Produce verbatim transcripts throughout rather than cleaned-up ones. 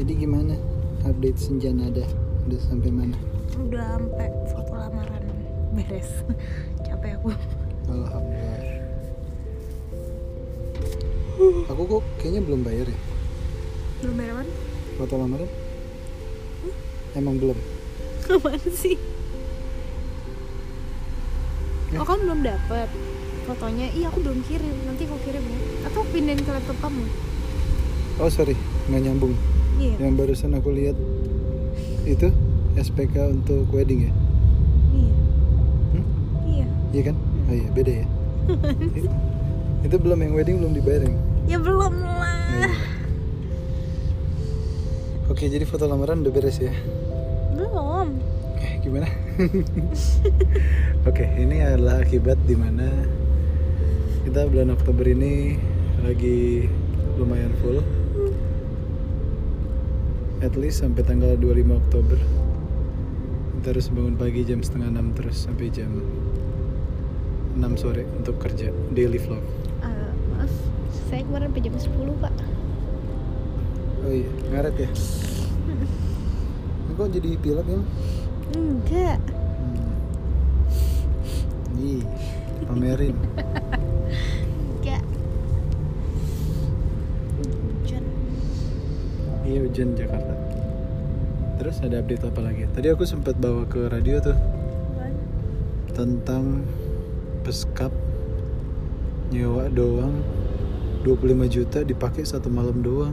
Jadi gimana update Senjanada? Udah sampai mana? Udah sampai foto lamaran beres. Capek aku. Alhamdulillah. Aku kok kayaknya belum bayar ya? Belum bayar apaan? Foto lamaran? Emang belum? Apaan sih? Eh? Oh, kamu belum dapet fotonya? Iya, aku belum kirim. Nanti aku kirim ya. Atau pindahin ke laptop kamu? Oh sorry, nggak nyambung. Iya. Yang barusan aku lihat itu S P K untuk wedding ya? Iya. Hmm? Iya. Iya kan? Oh iya, beda ya. It- itu belum, yang wedding belum dibayarin. Ya belum Oh, lah. iya. Oke, jadi foto lamaran udah beres ya? Belum. Eh, gimana? Oke, ini adalah akibat dimana kita bulan Oktober ini lagi lumayan full. At least sampai tanggal dua puluh lima Oktober. Kita harus bangun pagi jam setengah enam terus sampai jam enam sore untuk kerja daily vlog. Uh, maaf, saya kemarin sampai jam sepuluh, Pak. Oh iya, ngaret ya? Ini kok jadi pilek ya? Enggak. Hmm. Ih, pamerin. Enggak. Hujan. Iya, hujan Jakarta. Terus ada update apa lagi? Tadi aku sempat bawa ke radio tuh tentang beskap nyewa doang dua puluh lima juta dipakai satu malam doang.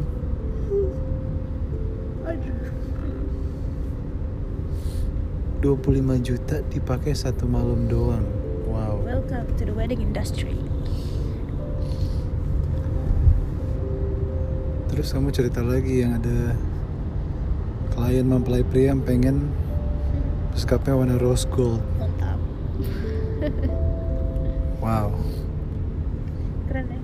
Aduh. dua puluh lima juta dipakai satu malam doang. Wow. Welcome to the wedding industry. Terus kamu cerita lagi yang ada klien mempelai pria yang pengen beskapnya warna rose gold. Mantap. Wow. Keren ya?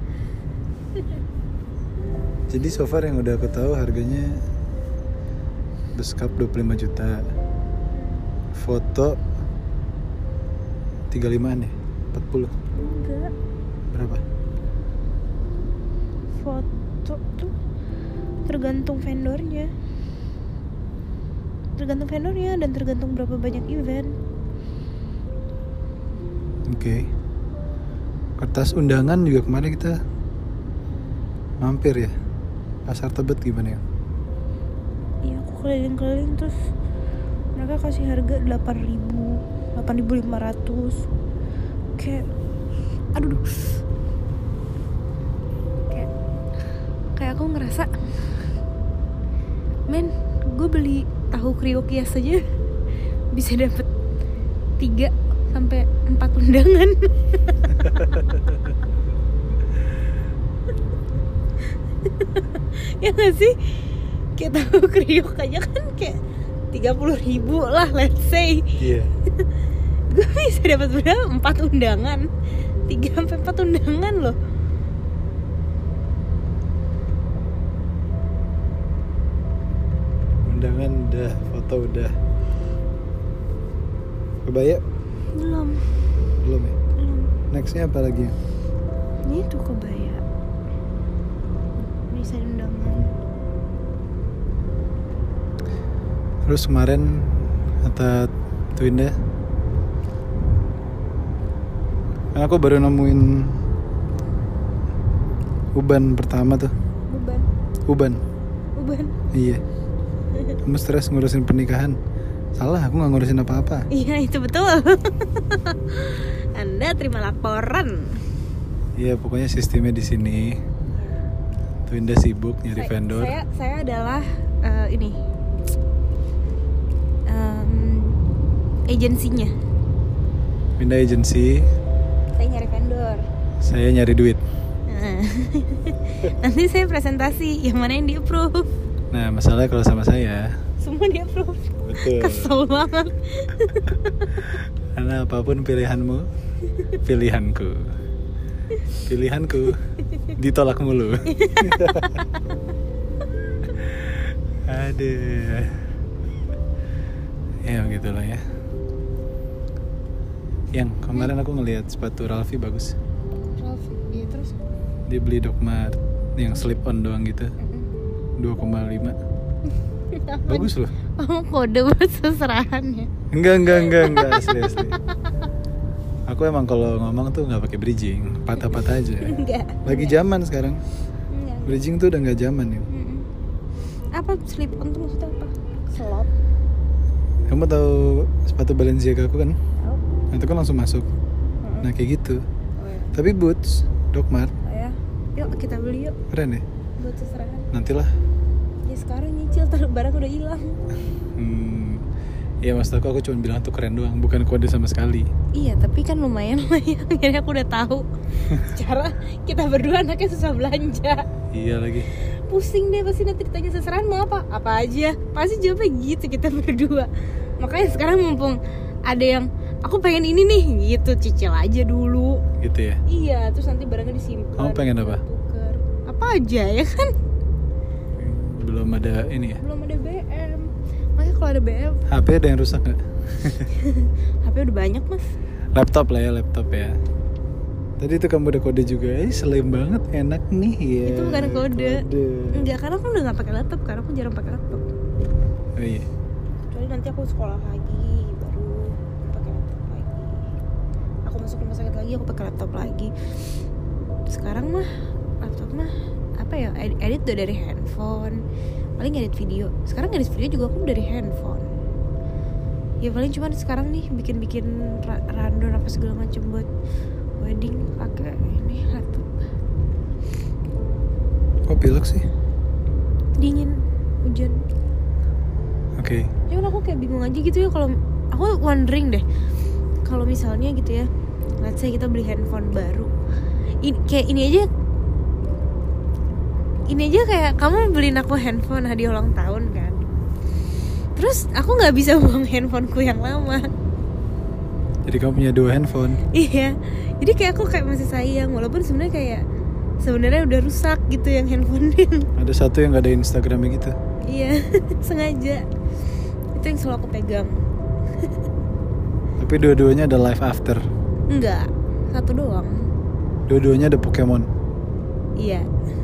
Jadi so far yang udah aku tahu harganya beskap dua puluh lima juta. Foto tiga puluh limaan ya? empat puluh. Enggak. Berapa? Foto tuh tergantung vendornya. Tergantung vendornya dan tergantung berapa banyak event. Oke. Okay. Kertas undangan juga kemarin kita mampir ya. Pasar Tebet gimana ya? Iya, aku keliling-keliling terus mereka kasih harga delapan ribu, delapan ribu lima ratus. Kayak aduh duh. Kayak kayak aku ngerasa men, gue beli tahu kriuk kias aja bisa dapet tiga sampai empat undangan. Ya nggak sih? Kayak tahu kriuk aja kan kayak tiga puluh ribu lah, let's say. Iya. Yeah. Gue bisa dapat berapa? Empat undangan, tiga sampai empat undangan loh. Undangan udah, foto udah. Kebaya? Belum, Belum ya? belum. Nextnya apa lagi? Ini tuh kebaya. Bisa undangan. Terus kemarin kata Twinda, kan aku baru nemuin uban pertama tuh. Uban, Uban. uban. Iya. Kamu stres ngurusin pernikahan? Salah, aku nggak ngurusin apa-apa. Iya, itu betul. Anda terima laporan. Iya, pokoknya sistemnya di sini. Twinda sibuk nyari Saya- vendor. Saya saya adalah eh, ini um, agensinya. Twinda agency, Saya nyari vendor. saya nyari duit. Nah, nanti saya presentasi yang mana yang di approve. Nah, masalahnya kalau sama saya, Semua di approve. betul. Kesel banget. Karena apapun pilihanmu, pilihanku. Pilihanku ditolak mulu. Aduh. Ya begitulah ya. Yang kemarin aku ngelihat sepatu Ralfi bagus. Ralfi, iya terus. Dia beli Dokmart yang slip on doang gitu, dua koma lima. Bagus loh. Kamu kode buat seserahan ya? Enggak enggak enggak enggak asli asli. Aku emang kalau ngomong tuh nggak pakai bridging, patah-patah aja. Enggak. Lagi zaman sekarang. Enggak. Bridging tuh udah nggak zaman ya. Mm-mm. Apa slip on tuh maksudnya apa? Slot. Kamu tahu sepatu Balenciaga aku kan? Oh. Nah, itu kan langsung masuk. Mm-mm. Nah kayak gitu. Oh ya. Tapi Boots, Doc Mart, Oh ya. Yuk kita beli yuk keren ya. buat seserahan. Nantilah. Ya sekarang nyicil taruh barang udah hilang. Hmm, ya maksud aku aku cuma bilang tuh keren doang, bukan kode sama sekali. Iya tapi kan lumayan lah ya. Jadi aku udah tahu cara kita berdua anaknya susah belanja. Iya lagi. Pusing deh pasti nanti ditanya seserahan mau apa? Apa aja? Pasti jawabnya gitu kita berdua. Makanya sekarang mumpung ada yang aku pengen ini nih gitu, cicil aja dulu. Gitu ya. Iya, terus nanti barangnya disimpan. Kamu pengen apa? Tuker. Apa aja ya kan? Belum ada ini ya. Belum ada B M. Makanya kalau ada B M, H P ada yang rusak nggak? H P udah banyak mas. Laptop lah ya, laptop ya. Tadi tuh kamu udah kode juga, eh slim banget, enak nih ya. Itu bukan kode. kode. Enggak, karena aku udah nggak pakai laptop, karena aku jarang pakai laptop. Oh iya. Kecuali nanti aku sekolah lagi, baru pakai laptop lagi. Aku masuk rumah sakit lagi, aku pakai laptop lagi. Sekarang mah laptop mah apa ya? Edit, edit udah dari handphone. Paling edit video. Sekarang edit video juga aku dari handphone. Ya paling cuma sekarang nih bikin-bikin ra- rundown apa segala macam buat wedding pakai ini laptop. Kok pilek sih? Dingin, hujan. Oke. Okay. Cuman aku kayak bingung aja gitu ya kalau aku wondering deh kalau misalnya gitu ya, let's say kita beli handphone baru, ini, kayak ini aja, ini aja kayak kamu beliin aku handphone hadiah ulang tahun kan, terus aku nggak bisa buang handphoneku yang lama. Jadi kamu punya dua handphone? Iya, jadi kayak aku kayak masih sayang walaupun sebenarnya kayak sebenarnya udah rusak gitu yang handphonenya. Ada satu yang nggak ada Instagramnya gitu. Iya, sengaja. Itu yang selalu aku pegang. Tapi dua-duanya ada live after. Enggak, satu doang. Dua-duanya ada Pokemon. Iya.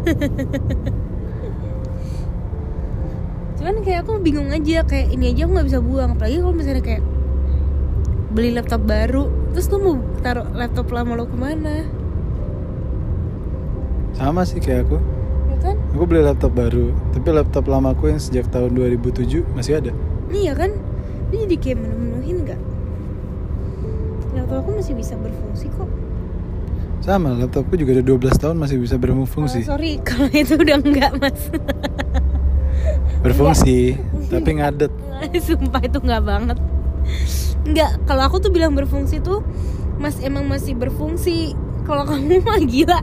Cuman kayak aku bingung aja, kayak ini aja aku nggak bisa buang. Apalagi kalau misalnya kayak beli laptop baru, terus lu mau taruh laptop lama lo kemana? Sama sih kayak aku. Ya kan? Aku beli laptop baru, tapi laptop lamaku yang sejak tahun dua ribu tujuh masih ada. Iya kan? Ini jadi kayak menu-menuhin nggak? Laptop aku masih bisa berfungsi kok. Sama, laptopku juga ada dua belas tahun masih bisa berfungsi. Oh, sorry, kalau itu udah enggak mas. Berfungsi, tapi ngadet. Sumpah itu nggak banget. Nggak, kalau aku tuh bilang berfungsi tuh mas emang masih berfungsi. Kalau kamu mah gila.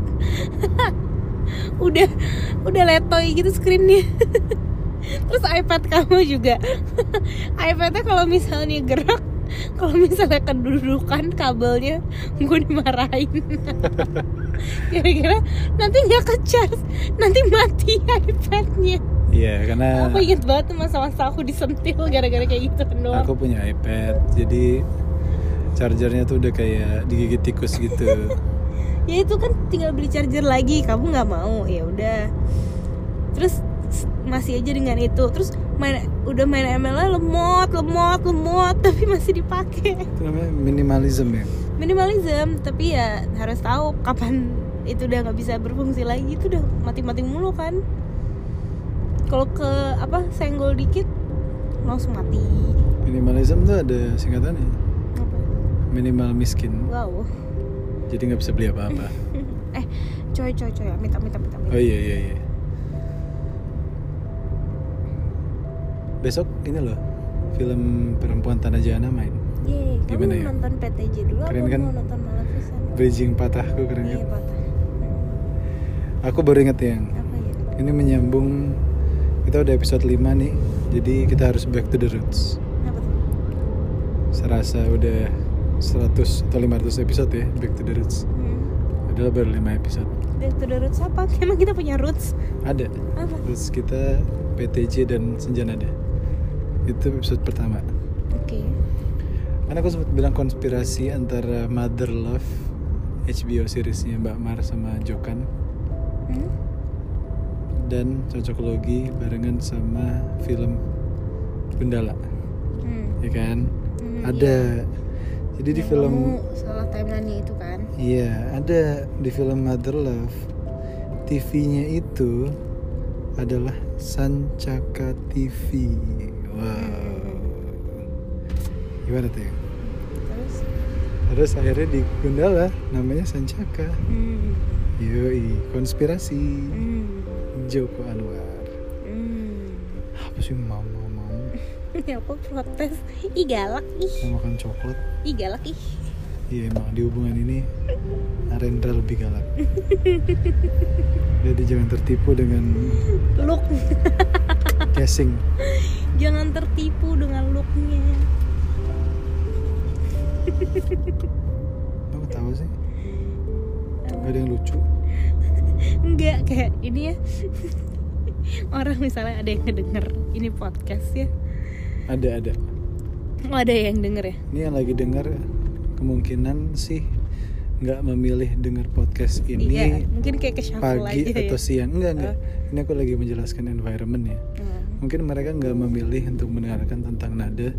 udah udah letoy gitu screennya. Terus iPad kamu juga. iPadnya kalau misalnya gerak, kalau misalnya kedudukan kabelnya, gue dimarahin. Kira-kira nanti nggak ke-charge, nanti mati iPadnya. Iya, karena Aku inget banget tuh masa-masa aku disentil gara-gara kayak gitu doang. aku punya iPad, jadi chargernya tuh udah kayak digigit tikus gitu. Ya itu kan tinggal beli charger lagi, kamu nggak mau, ya udah. Terus masih aja dengan itu, terus main udah main M L lemot, lemot, lemot, tapi masih dipakai. Itu namanya minimalism ya. Minimalism, tapi ya harus tahu kapan itu udah nggak bisa berfungsi lagi, itu udah mati-mati mulu kan. Kalau ke apa senggol dikit langsung mati. Minimalism tuh ada singkatannya. Apa? Minimal miskin. Wow. Jadi nggak bisa beli apa-apa. eh, coy coy coy, amit amit amit amit. Oh iya iya iya. Besok ini loh, film Perempuan Tanah Jana main. Yeay, kamu Gimana ya? nonton P T J dulu Keren apa kan? mau nonton Maleficent? Bridging patahku keren Iya kan? patah. Aku baru inget yang Apa ya? ini menyambung. Kita udah episode lima nih, jadi kita harus back to the roots. Apa tuh? Serasa udah seratus atau lima ratus episode ya, back to the roots. Hmm. Padahal baru lima episode. Back to the roots apa? Emang kita punya roots? Ada. Apa? Roots kita P T J dan Senjanada. Itu episode pertama. Oke. Okay. Karena aku sempat bilang konspirasi antara Mother Love H B O seriesnya Mbak Mar sama Jokan. Hmm? dan cocokologi barengan sama film Gundala. Hmm. Ya kan? Hmm, Ada. iya. Jadi di Yang film kamu salah timeline-nya itu kan. iya, ada di film Mother Love. T V-nya itu adalah Sancaka T V. Wow. Gimana tuh? Terus Terus akhirnya di Gundala namanya Sancaka. hmm. Yoi, konspirasi. Hmm. Joko Anwar. Hmm. Apa sih mau mau mau? Ya aku protes. Ih galak ih. Mau makan coklat? Ih galak ih. Iya emang di hubungan ini Narendra lebih galak. Jadi jangan tertipu dengan Look. casing. Jangan tertipu dengan looknya. Kamu tahu sih? Gak ada yang lucu. Enggak kayak ini ya. Orang misalnya ada yang ngedenger ini podcast ya. Ada ada. Oh ada yang denger ya. Ini yang lagi dengar kemungkinan sih nggak memilih dengar podcast ini Iya, mungkin kayak ke shuffle pagi aja atau ya. siang. Enggak enggak. Ini aku lagi menjelaskan environment ya. Hmm. Mungkin mereka nggak memilih untuk mendengarkan tentang nada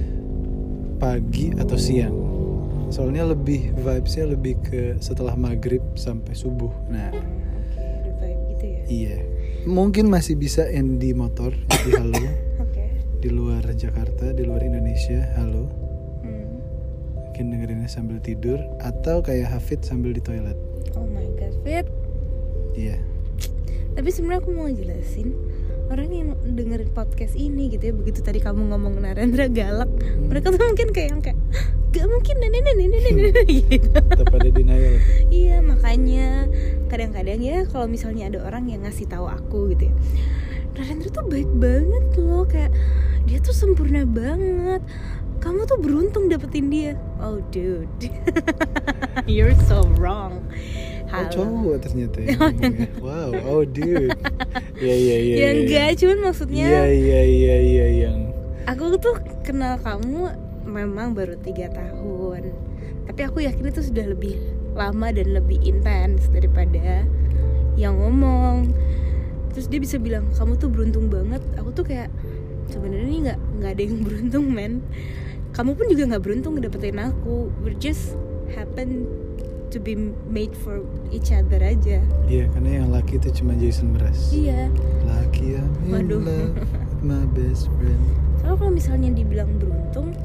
pagi atau siang. Soalnya lebih vibesnya lebih ke setelah maghrib sampai subuh. Nah, Ada vibe gitu ya. iya. Mungkin masih bisa yang di motor, jadi halo. Oke. Di luar Jakarta, di luar Indonesia, halo. Hmm. Mungkin dengerinnya sambil tidur atau kayak Hafid sambil di toilet. Oh my god, Fit. Iya. Tapi sebenarnya aku mau jelasin orang yang dengerin podcast ini gitu ya, begitu tadi kamu ngomong Narendra galak, Hmm. mereka tuh mungkin kayak yang kayak gak mungkin nenek nenek nenek nenek gitu. Tetap ada denial. Iya makanya kadang-kadang ya kalau misalnya ada orang yang ngasih tahu aku gitu ya, Narendra tuh baik banget loh, kayak dia tuh sempurna banget, kamu tuh beruntung dapetin dia. Oh dude, you're so wrong. Oh Halo. cowok ternyata ya ngomongnya. Wow, oh dude. Iya iya iya. Ya iya, enggak, iya. cuman maksudnya Iya iya iya iya yang aku tuh kenal kamu memang baru tiga tahun, tapi aku yakin itu sudah lebih lama dan lebih intens daripada yang ngomong. Terus dia bisa bilang kamu tuh beruntung banget. Aku tuh kayak sebenarnya ini nggak nggak ada yang beruntung men. Kamu pun juga nggak beruntung ngedapetin aku. We just happen to be made for each other aja. iya karena yang laki itu cuma Jason Mraz. Iya. Laki I'm in Waduh. love with my best friend. Soalnya kalau misalnya dibilang beruntung,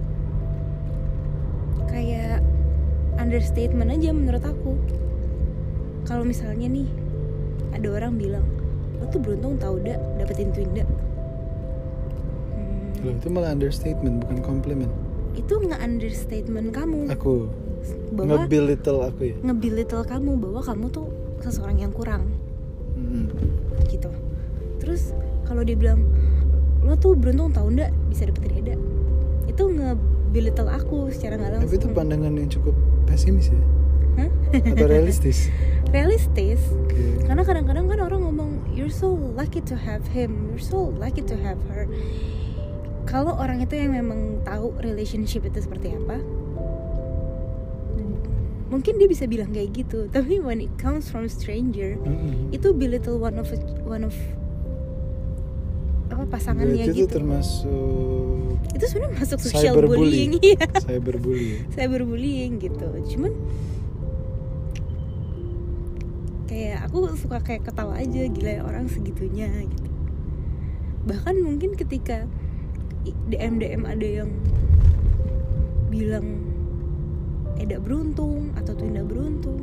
kayak understatement aja menurut aku. Kalau misalnya nih ada orang bilang lo tuh beruntung tau dak dapetin Twinda, hmm, Loh, itu malah understatement bukan compliment. itu nge-understatement kamu, Aku bahwa nge-belittle aku ya. nge-belittle kamu bahwa kamu tuh seseorang yang kurang Mm-mm. gitu. Terus kalau dia bilang lo tuh beruntung tau ndak bisa dapetin Eda, itu nge-belittle aku secara nggak langsung. Tapi itu pandangan yang cukup pesimis ya. Hah? Atau realistis. Realistis. Oke. Karena kadang-kadang kan orang ngomong you're so lucky to have him, you're so lucky to have her. Kalau orang itu yang memang tahu relationship itu seperti apa, mungkin dia bisa bilang kayak gitu. Tapi when it comes from stranger, Mm-mm. itu belittle one of one of apa pasangannya Berarti itu gitu. termasuk Itu sebenarnya masuk social cyberbully. bullying, iya. Cyberbully ya? Cyberbullying gitu. Cuman kayak aku suka kayak ketawa aja, gila ya orang segitunya gitu. Bahkan mungkin ketika D M D M ada yang bilang Eda beruntung atau Twinda beruntung,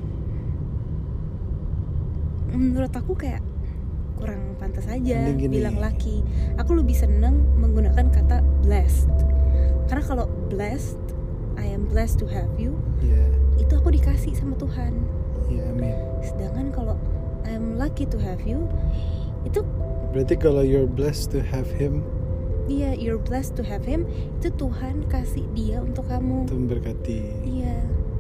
menurut aku kayak kurang pantas aja Mending gini. bilang laki. Aku lebih seneng menggunakan kata blessed, karena kalau blessed, I am blessed to have you, Iya. itu aku dikasih sama Tuhan. Iya, amin. Sedangkan kalau I am lucky to have you, itu Berarti kalau you're blessed to have him, iya, you're blessed to have him, itu Tuhan kasih dia untuk kamu. itu memberkati. Iya,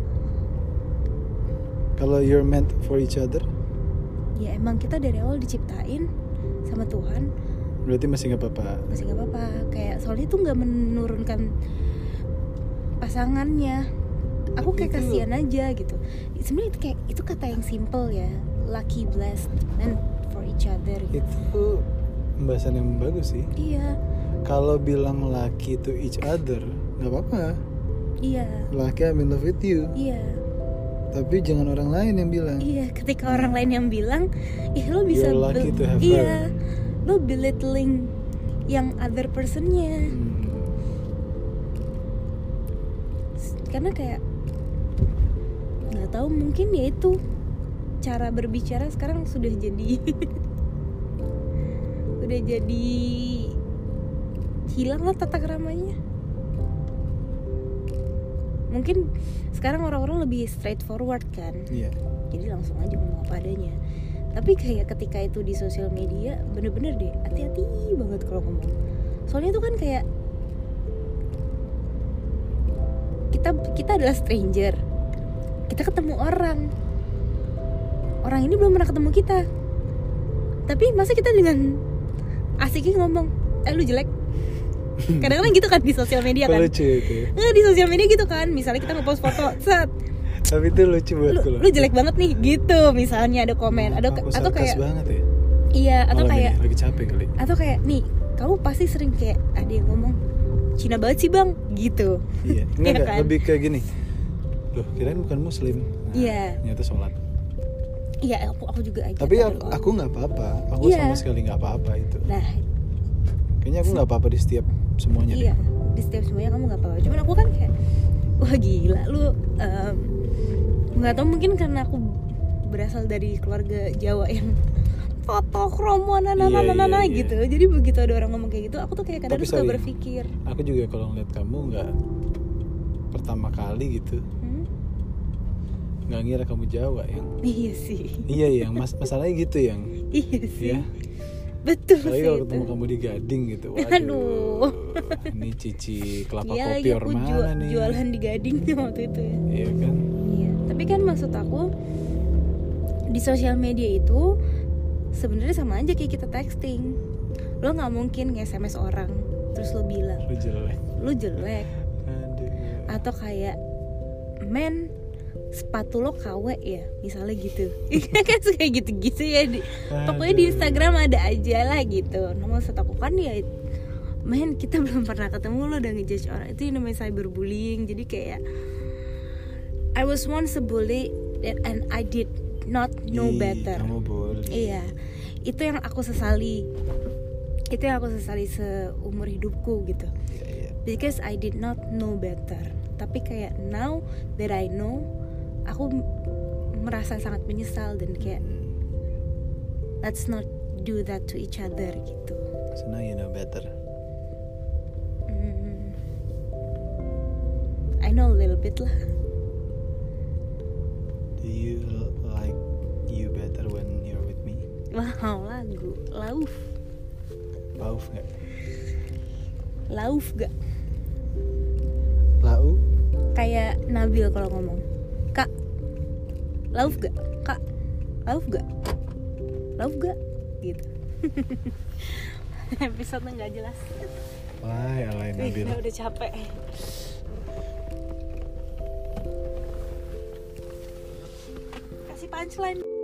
Kalau you're meant for each other, ya emang kita dari awal diciptain sama Tuhan, berarti masih nggak apa-apa. masih nggak apa-apa. Kayak soalnya itu nggak menurunkan pasangannya. Aku Tapi kayak itu- kasihan aja gitu. Sebenarnya itu kayak itu kata yang simple ya, lucky, blessed, and for for each other gitu. Itu pembahasan yang bagus sih. Iya. Kalau bilang laki to each other nggak apa-apa. Iya. Laki I'm in love with you. Iya. Tapi jangan orang lain yang bilang. Iya, ketika orang lain yang bilang, ih lo bisa You're lucky be- to have iya, her. lo belittling yang other personnya. Hmm. Karena kayak nggak tahu, mungkin ya itu cara berbicara sekarang sudah jadi udah jadi hilang lah tata keramanya. Mungkin sekarang orang-orang lebih straightforward kan. Iya. Jadi langsung aja ngomong apa adanya. Tapi kayak ketika itu di sosial media, bener-bener deh hati-hati banget kalau ngomong. Soalnya itu kan kayak kita kita adalah stranger. Kita ketemu orang. Orang ini belum pernah ketemu kita. Tapi masa kita dengan asiknya ngomong, "Eh lu jelek." Kadang-kadang gitu kan di sosial media kan. Lucu itu. Nggak, di sosial media gitu kan. Misalnya kita ngepost foto, set. Tapi itu lucu buat Lu, lu jelek banget nih gitu. Misalnya ada komen, ada Aku atau sarkas kayak banget ya. iya, atau Malam kayak ini, lagi capek kali. atau kayak nih, kamu pasti sering kayak ada yang ngomong Cina banget sih bang, gitu. Iya. Enggak, Iya enggak, kan? lebih kayak gini. Loh, kirain bukan muslim. Nah, Iya. Ternyata sholat. Iya, aku aku juga aja. Tapi aku, aku nggak apa-apa. Aku Iya. sama sekali nggak apa-apa itu. Nah, Kayaknya aku nggak apa-apa di setiap semuanya iya, deh. di setiap semuanya kamu nggak apa-apa. Cuman aku kan kayak, wah gila, lu um, nggak tahu, mungkin karena aku berasal dari keluarga Jawa yang foto kromo nana Iya, nana nana iya, iya. gitu. Jadi begitu ada orang ngomong kayak gitu, aku tuh kayak kadang Tapi suka sorry, berpikir, Aku juga kalau ngeliat kamu nggak pertama kali gitu, hmm? nggak ngira kamu Jawa yang. Iya sih, Iya yang mas masalahnya gitu yang. iya sih, Ya. betul Apalagi sih kalau itu. ketemu kamu di Gading gitu. Waduh. Aduh. Ini cici kelapa Iya kopi lagi or aku mana jual, nih? jualan di Gading waktu itu ya. Iya kan. Iya, tapi kan maksud aku di sosial media itu sebenarnya sama aja kayak kita texting. Lo nggak mungkin nge-S M S orang terus lo bilang Lu jelek. lo jelek, Aduh. atau kayak men sepatu lo K W ya misalnya gitu. Kan suka gitu-gitu ya di, pokoknya di Aduh. Instagram ada aja lah gitu. Nah maksud aku kan ya, men kita belum pernah ketemu, lo udah ngejudge orang. Itu yang namanya cyberbullying. Jadi kayak I was once a bully and I did not know Ih, better. Kamu boleh. Iya, itu yang aku sesali. Itu yang aku sesali seumur hidupku gitu. Iya, iya. Because I did not know better. Tapi kayak now that I know, aku m- merasa sangat menyesal dan kayak let's not do that to each other gitu. So now you know better. Mm. I know a little bit lah. Do you like you better when you're with me? Wow, lagu Lauf. Lauf nggak? Lauf gak? Lau? Kayak Nabil kalau ngomong, Kak, lauf gak? Kak, lauf gak? Lauf gak? Gitu. Episode gak jelas. Wah, alay Wih, Nabil. udah capek. Kasih punchline.